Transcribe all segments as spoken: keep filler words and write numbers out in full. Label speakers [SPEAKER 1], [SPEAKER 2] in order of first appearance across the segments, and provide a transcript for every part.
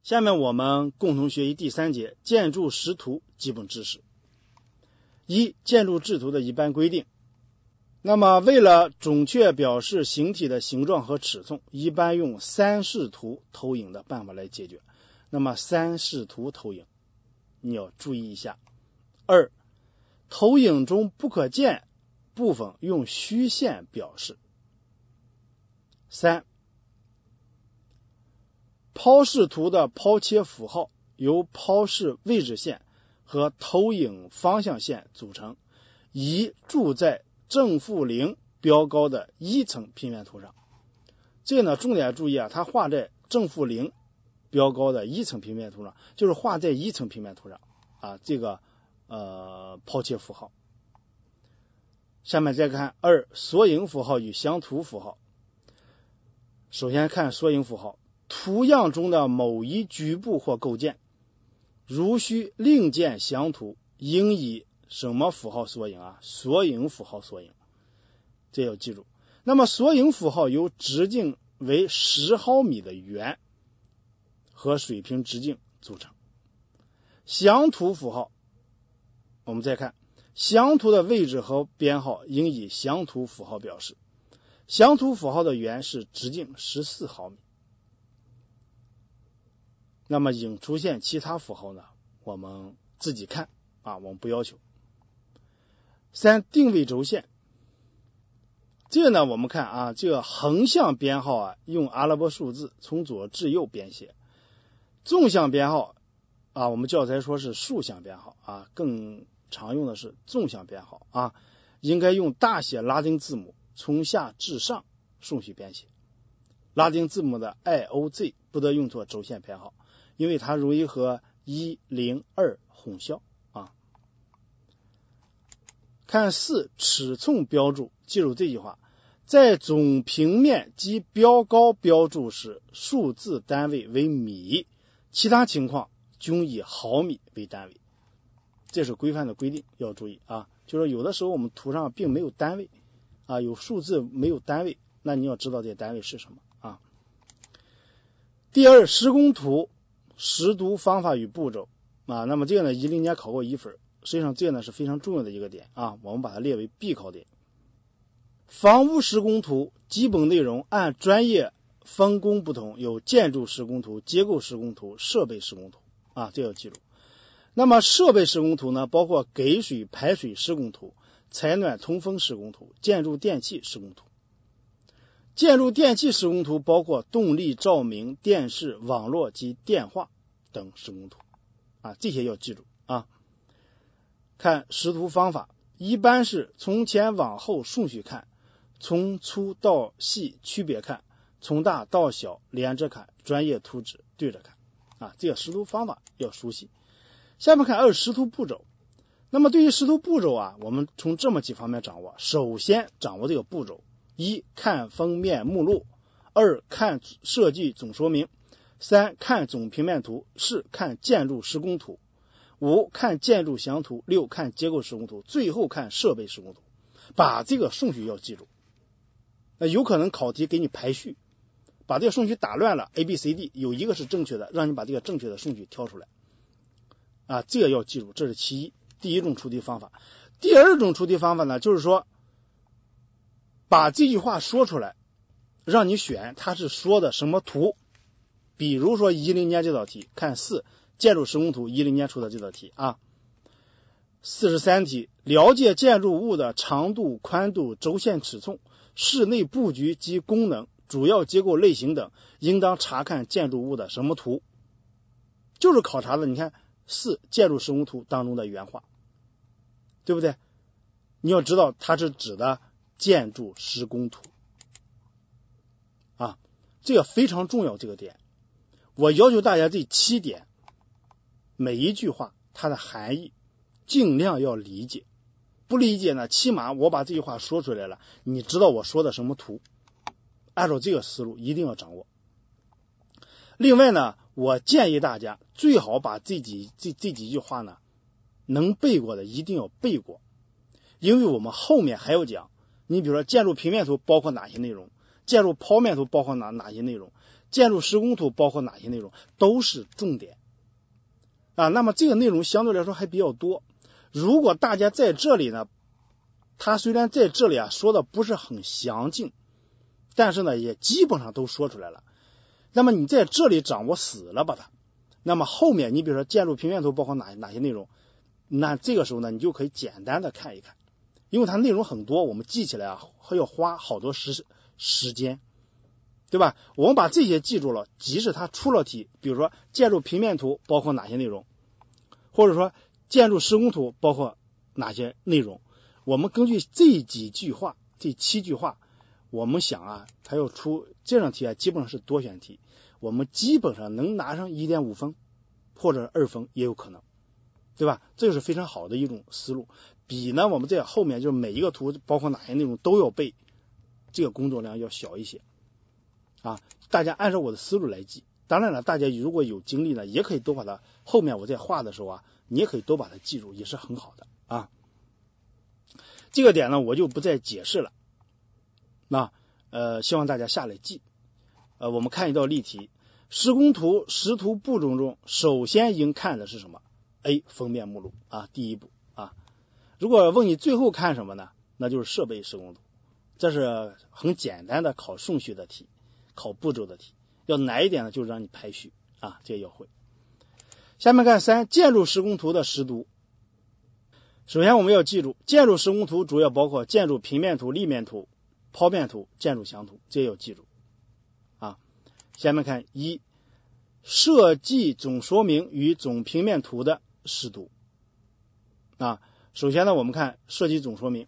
[SPEAKER 1] 下面我们共同学习第三节建筑识图基本知识。一、建筑制图的一般规定。那么为了准确表示形体的形状和尺寸，一般用三视图投影的办法来解决。那么三视图投影你要注意一下。二、投影中不可见部分用虚线表示。三、抛视图的抛切符号由抛视位置线和投影方向线组成，一注在正负零标高的一层平面图上。这个呢，重点注意啊，它画在正负零标高的一层平面图上，就是画在一层平面图上啊，这个呃抛切符号。下面再看二、索引符号与详图符号。首先看索引符号，图样中的某一局部或构件，如需另建详图，应以什么符号索引啊？索引符号索引，这要记住。那么索引符号由直径为十毫米的圆和水平直径组成。详图符号，我们再看详图的位置和编号应以详图符号表示。详图符号的圆是直径十四毫米。那么应出现其他符号呢，我们自己看啊，我们不要求。三、定位轴线。这个呢，我们看啊，这个横向编号啊，用阿拉伯数字从左至右编写。纵向编号啊，我们教材说是竖向编号啊，更常用的是纵向编号啊，应该用大写拉丁字母从下至上顺序编写。拉丁字母的 I O Z 不得用作轴线编号，因为它容易和一零二混淆啊。看四、尺寸标注，记住这句话，在总平面及标高标注时，数字单位为米，其他情况均以毫米为单位。这是规范的规定，要注意啊。就是有的时候我们图上并没有单位啊，有数字没有单位，那你要知道这单位是什么啊。第二，施工图识读方法与步骤啊，那么这个呢，一零年考过一分，实际上这个呢是非常重要的一个点啊，我们把它列为必考点。房屋施工图基本内容按专业分工不同，有建筑施工图、结构施工图、设备施工图啊，这要记住。那么设备施工图呢，包括给水排水施工图、采暖通风施工图、建筑电气施工图。建筑电气施工图包括动力、照明、电视、网络及电话等施工图啊，这些要记住啊。看识图方法，一般是从前往后顺序看，从粗到细区别看，从大到小连着看，专业图纸对着看啊，这个识图方法要熟悉。下面看二、识图步骤。那么对于识图步骤啊，我们从这么几方面掌握。首先掌握这个步骤：一、看封面目录；二、看设计总说明；三、看总平面图；四、看建筑施工图；五、看建筑详图；六、看结构施工图；最后看设备施工图。把这个顺序要记住。那有可能考题给你排序，把这个顺序打乱了 A B C D 有一个是正确的，让你把这个正确的顺序挑出来啊，这个要记住，这是其一，第一种出题方法。第二种出题方法呢，就是说把这句话说出来，让你选它是说的什么图。比如说一零年这道题，看四建筑施工图，一零年出的这道题啊。四十三题，了解建筑物的长度、宽度、轴线尺寸、室内布局及功能、主要结构类型等，应当查看建筑物的什么图？就是考察的，你看四建筑施工图当中的原话，对不对？你要知道它是指的建筑施工图啊，这个非常重要。这个点我要求大家这七点每一句话它的含义尽量要理解，不理解呢，起码我把这句话说出来了，你知道我说的什么图，按照这个思路一定要掌握。另外呢，我建议大家最好把这几这这几句话呢，能背过的一定要背过，因为我们后面还要讲，你比如说建筑平面图包括哪些内容，建筑剖面图包括哪哪些内容， 建筑施工图包括哪些内容，都是重点啊。那么这个内容相对来说还比较多，如果大家在这里呢，他虽然在这里啊说的不是很详尽，但是呢也基本上都说出来了。那么你在这里掌握死了把它，那么后面你比如说建筑平面图包括哪哪些内容，那这个时候呢你就可以简单的看一看，因为它内容很多，我们记起来啊还要花好多时时间，对吧？我们把这些记住了，即使它出了题，比如说建筑平面图包括哪些内容，或者说建筑施工图包括哪些内容，我们根据这几句话这七句话，我们想啊它要出这样题啊基本上是多选题，我们基本上能拿上 一点五 分或者二分也有可能，对吧？这就是非常好的一种思路，比呢我们在后面就是每一个图包括哪些内容都要背，这个工作量要小一些啊。大家按照我的思路来记，当然了大家如果有精力呢也可以多把它后面我在画的时候啊你也可以多把它记住，也是很好的啊。这个点呢我就不再解释了，那呃希望大家下来记。呃我们看一道例题，施工图识图步骤中首先应看的是什么？ A 封面目录啊，第一步啊。如果问你最后看什么呢？那就是设备施工图，这是很简单的考顺序的题，考步骤的题。要难一点呢就是让你排序啊，这也要会。下面看三，建筑施工图的识读。首先我们要记住，建筑施工图主要包括建筑平面图、立面图、剖面图、建筑详图，这也要记住啊。下面看一，设计总说明与总平面图的识读啊。首先呢我们看设计总说明，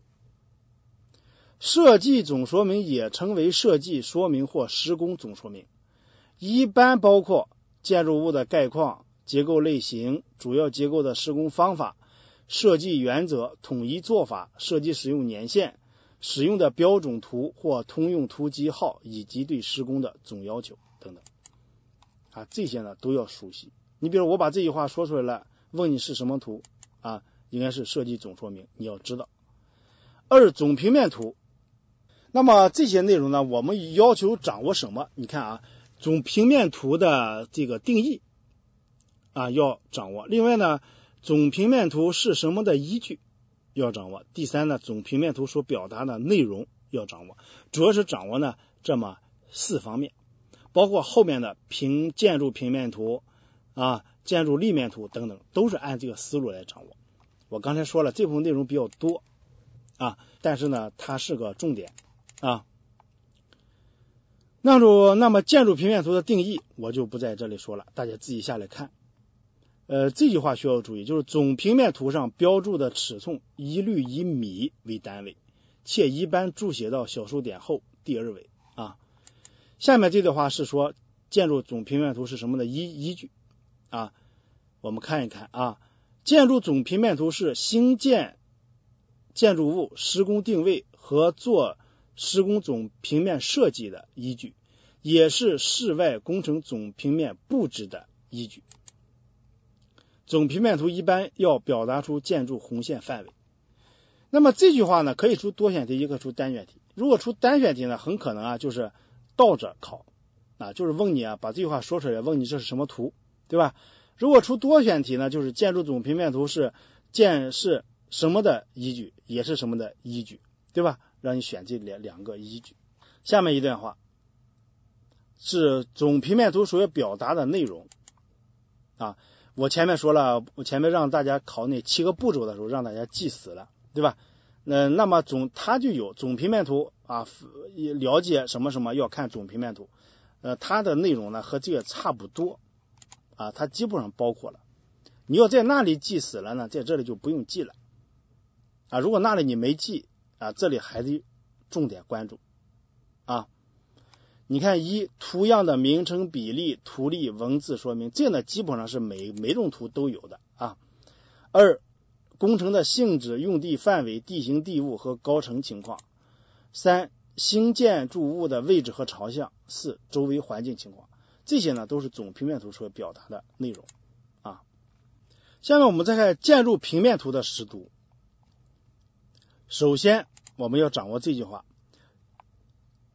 [SPEAKER 1] 设计总说明也称为设计说明或施工总说明，一般包括建筑物的概况、结构类型、主要结构的施工方法、设计原则、统一做法、设计使用年限、使用的标准图或通用图集号以及对施工的总要求等等啊，这些呢都要熟悉。你比如我把这句话说出来了，问你是什么图啊，应该是设计总说明，你要知道。二，总平面图。那么这些内容呢我们要求掌握什么？你看啊，总平面图的这个定义啊要掌握，另外呢总平面图是什么的依据要掌握，第三呢总平面图所表达的内容要掌握，主要是掌握呢这么四方面，包括后面的平建筑平面图啊、建筑立面图等等，都是按这个思路来掌握。我刚才说了这部分内容比较多啊，但是呢它是个重点啊。那么那么建筑平面图的定义我就不在这里说了，大家自己下来看。呃，这句话需要注意，就是总平面图上标注的尺寸一律以米为单位，且一般注写到小数点后第二位啊。下面这段话是说建筑总平面图是什么的依依据啊？我们看一看啊，建筑总平面图是新建建筑物施工定位和做施工总平面设计的依据，也是室外工程总平面布置的依据。总平面图一般要表达出建筑红线范围。那么这句话呢可以出多选题也可以出单选题，如果出单选题呢很可能啊就是倒着考啊，就是问你啊把这句话说出来，问你这是什么图，对吧？如果出多选题呢，就是建筑总平面图是建是什么的依据，也是什么的依据，对吧？让你选这两两个依据。下面一段话是总平面图所要表达的内容啊。我前面说了，我前面让大家考那七个步骤的时候让大家记死了，对吧？那那么总它就有总平面图啊，了解什么什么要看总平面图，呃，它的内容呢和这个差不多啊，它基本上包括了。你要在那里记死了呢，在这里就不用记了啊。如果那里你没记啊，这里还得重点关注啊。你看一，图样的名称、比例、图例、文字说明，这呢基本上是每每种图都有的啊。二，工程的性质、用地范围、地形地物和高程情况。三，新建筑物的位置和朝向。四，周围环境情况。这些呢都是总平面图所表达的内容啊。下面我们再看建筑平面图的识读。首先我们要掌握这句话，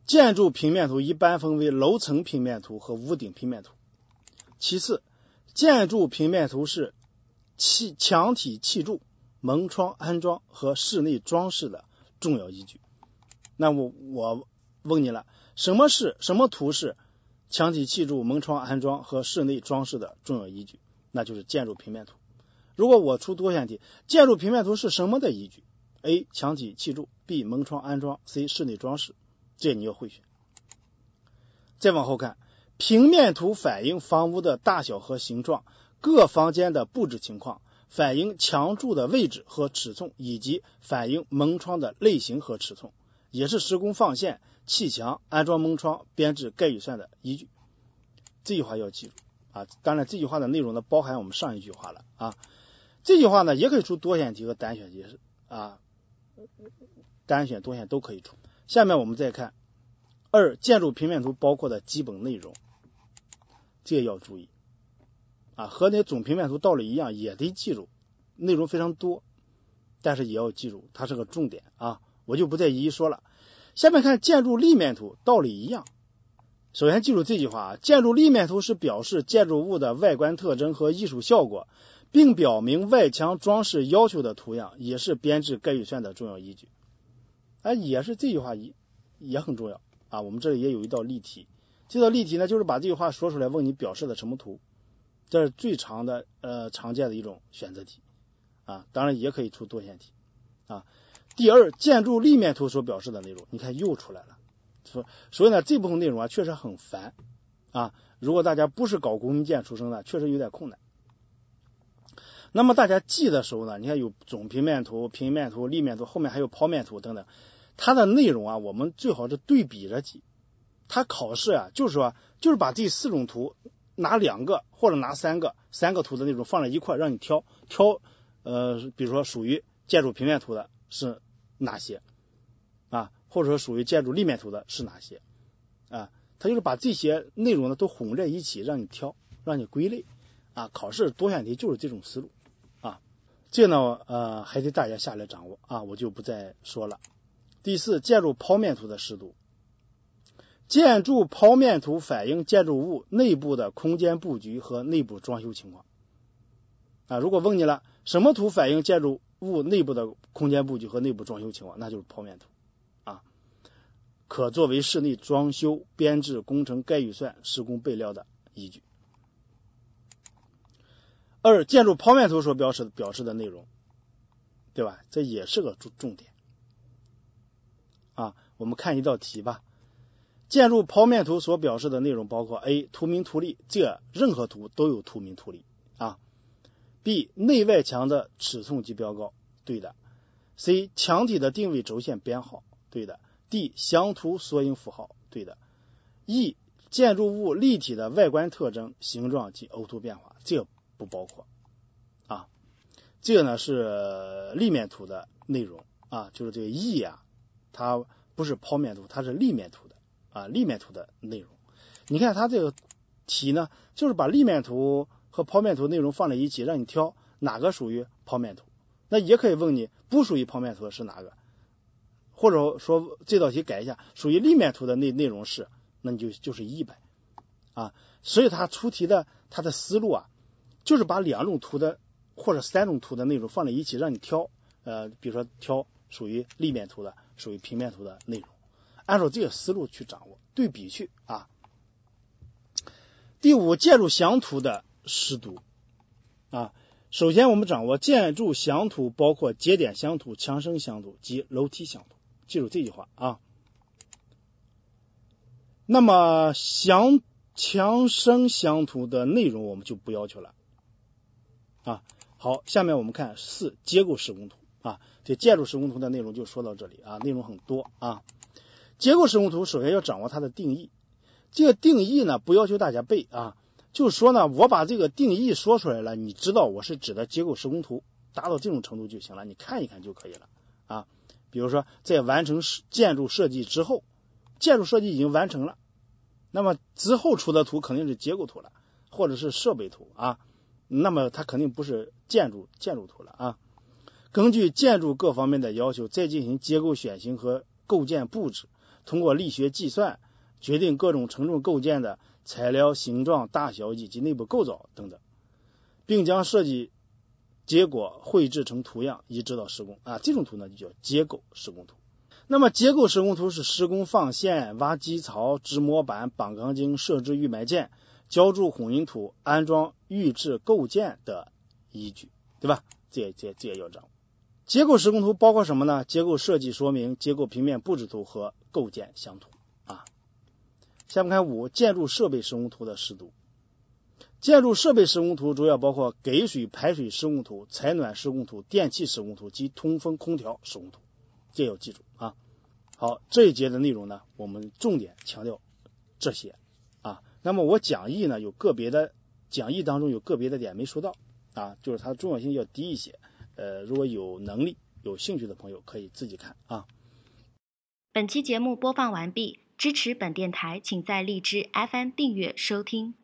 [SPEAKER 1] 建筑平面图一般分为楼层平面图和屋顶平面图。其次，建筑平面图是气墙体砌筑、门窗安装和室内装饰的重要依据。那我我问你了，什么是什么图是墙体砌筑、门窗安装和室内装饰的重要依据？那就是建筑平面图。如果我出多选题，建筑平面图是什么的依据？ A. 墙体砌筑， B. 门窗安装， C. 室内装饰。这你要会选。再往后看，平面图反映房屋的大小和形状，各房间的布置情况，反映墙柱的位置和尺寸，以及反映门窗的类型和尺寸，也是施工放线、砌墙、安装门窗、编制概预算的依据。这句话要记住啊！当然，这句话的内容呢，包含我们上一句话了啊。这句话呢，也可以出多选题和单选题啊，单选、多选都可以出。下面我们再看二，建筑平面图包括的基本内容，这个要注意啊，和那总平面图道理一样，也得记住，内容非常多，但是也要记住，它是个重点啊，我就不再一一说了。下面看建筑立面图，道理一样。首先记住这句话啊，建筑立面图是表示建筑物的外观特征和艺术效果，并表明外墙装饰要求的图样，也是编制概预算的重要依据。啊，也是这句话也也很重要啊。我们这里也有一道例题，这道例题呢，就是把这句话说出来，问你表示的什么图，这是最常的呃常见的一种选择题啊。当然也可以出多选题啊。第二，建筑立面图所表示的内容，你看又出来了。所以呢，这部分内容啊确实很烦啊。如果大家不是搞工民建出身的，确实有点困难。那么大家记的时候呢，你看有总平面图、平面图、立面图，后面还有剖面图等等，它的内容啊，我们最好是对比着记。它考试啊，就是说，就是把这四种图拿两个或者拿三个，三个图的内容放在一块，让你挑挑，呃，比如说属于建筑平面图的是哪些啊？或者说属于建筑立面图的是哪些啊？它就是把这些内容呢都混在一起，让你挑，让你归类啊。考试多选题就是这种思路啊。这呢呃还得大家下来掌握啊，我就不再说了。第四，建筑剖面图的识读。建筑剖面图反映建筑物内部的空间布局和内部装修情况啊。如果问你了，什么图反映建筑物内部的空间布局和内部装修情况，那就是剖面图。可作为室内装修、编制、工程概预算、施工备料的依据。二、建筑剖面图所表示表示的内容，对吧？这也是个重点啊。我们看一道题吧。建筑剖面图所表示的内容包括 A. 图明图例，这任何图都有图明图例啊。B. 内外墙的尺寸及标高，对的。C. 墙体的定位轴线编号，对的。D. 详图索引符号，对的。E. 建筑物立体的外观特征、形状及凹凸变化，这个不包括啊。这个呢是立面图的内容啊，就是这个 E 啊，它不是剖面图，它是立面图的啊，立面图的内容。你看它这个题呢，就是把立面图和剖面图内容放在一起，让你挑哪个属于剖面图。那也可以问你不属于剖面图的是哪个，或者说这道题改一下，属于立面图的内内容是，那你就就是一百啊。所以它出题的它的思路啊，就是把两种图的或者三种图的内容放在一起，让你挑，呃，比如说挑属于立面图的、属于平面图的内容，按照这个思路去掌握，对比去啊。第五，建筑详图的识读啊。首先我们掌握建筑详图包括节点详图、墙身详图及楼梯详图，记住这句话啊。那么详墙身详图的内容我们就不要求了啊。好，下面我们看四结构施工图啊。这建筑施工图的内容就说到这里啊，内容很多啊。结构施工图首先要掌握它的定义，这个定义呢不要求大家背啊。就是说呢，我把这个定义说出来了，你知道我是指的结构施工图，达到这种程度就行了，你看一看就可以了啊。比如说在完成建筑设计之后，建筑设计已经完成了，那么之后出的图肯定是结构图了，或者是设备图啊，那么它肯定不是建筑建筑图了啊。根据建筑各方面的要求，再进行结构选型和构建布置， 通过力学计算决定各种承重构件的材料形状、大小以及内部构造等等，并将设计结果绘制成图样以指导施工啊。这种图呢就叫结构施工图。那么结构施工图是施工放线、挖基槽、支模板、绑钢筋、设置预埋件、浇筑混凝土、安装预制构件的依据，对吧？这这这也要掌握。结构施工图包括什么呢？结构设计说明、结构平面布置图和构件详图啊。下面看五，建筑设备施工图的识读。建筑设备施工图主要包括给水排水施工图、采暖施工图、电气施工图及通风空调施工图，这要记住啊。好，这一节的内容呢，我们重点强调这些啊。那么我讲义呢，有个别的讲义当中有个别的点没说到啊，就是它重要性要低一些。呃，如果有能力、有兴趣的朋友可以自己看啊。
[SPEAKER 2] 本期节目播放完毕，支持本电台，请在荔枝 F M 订阅收听。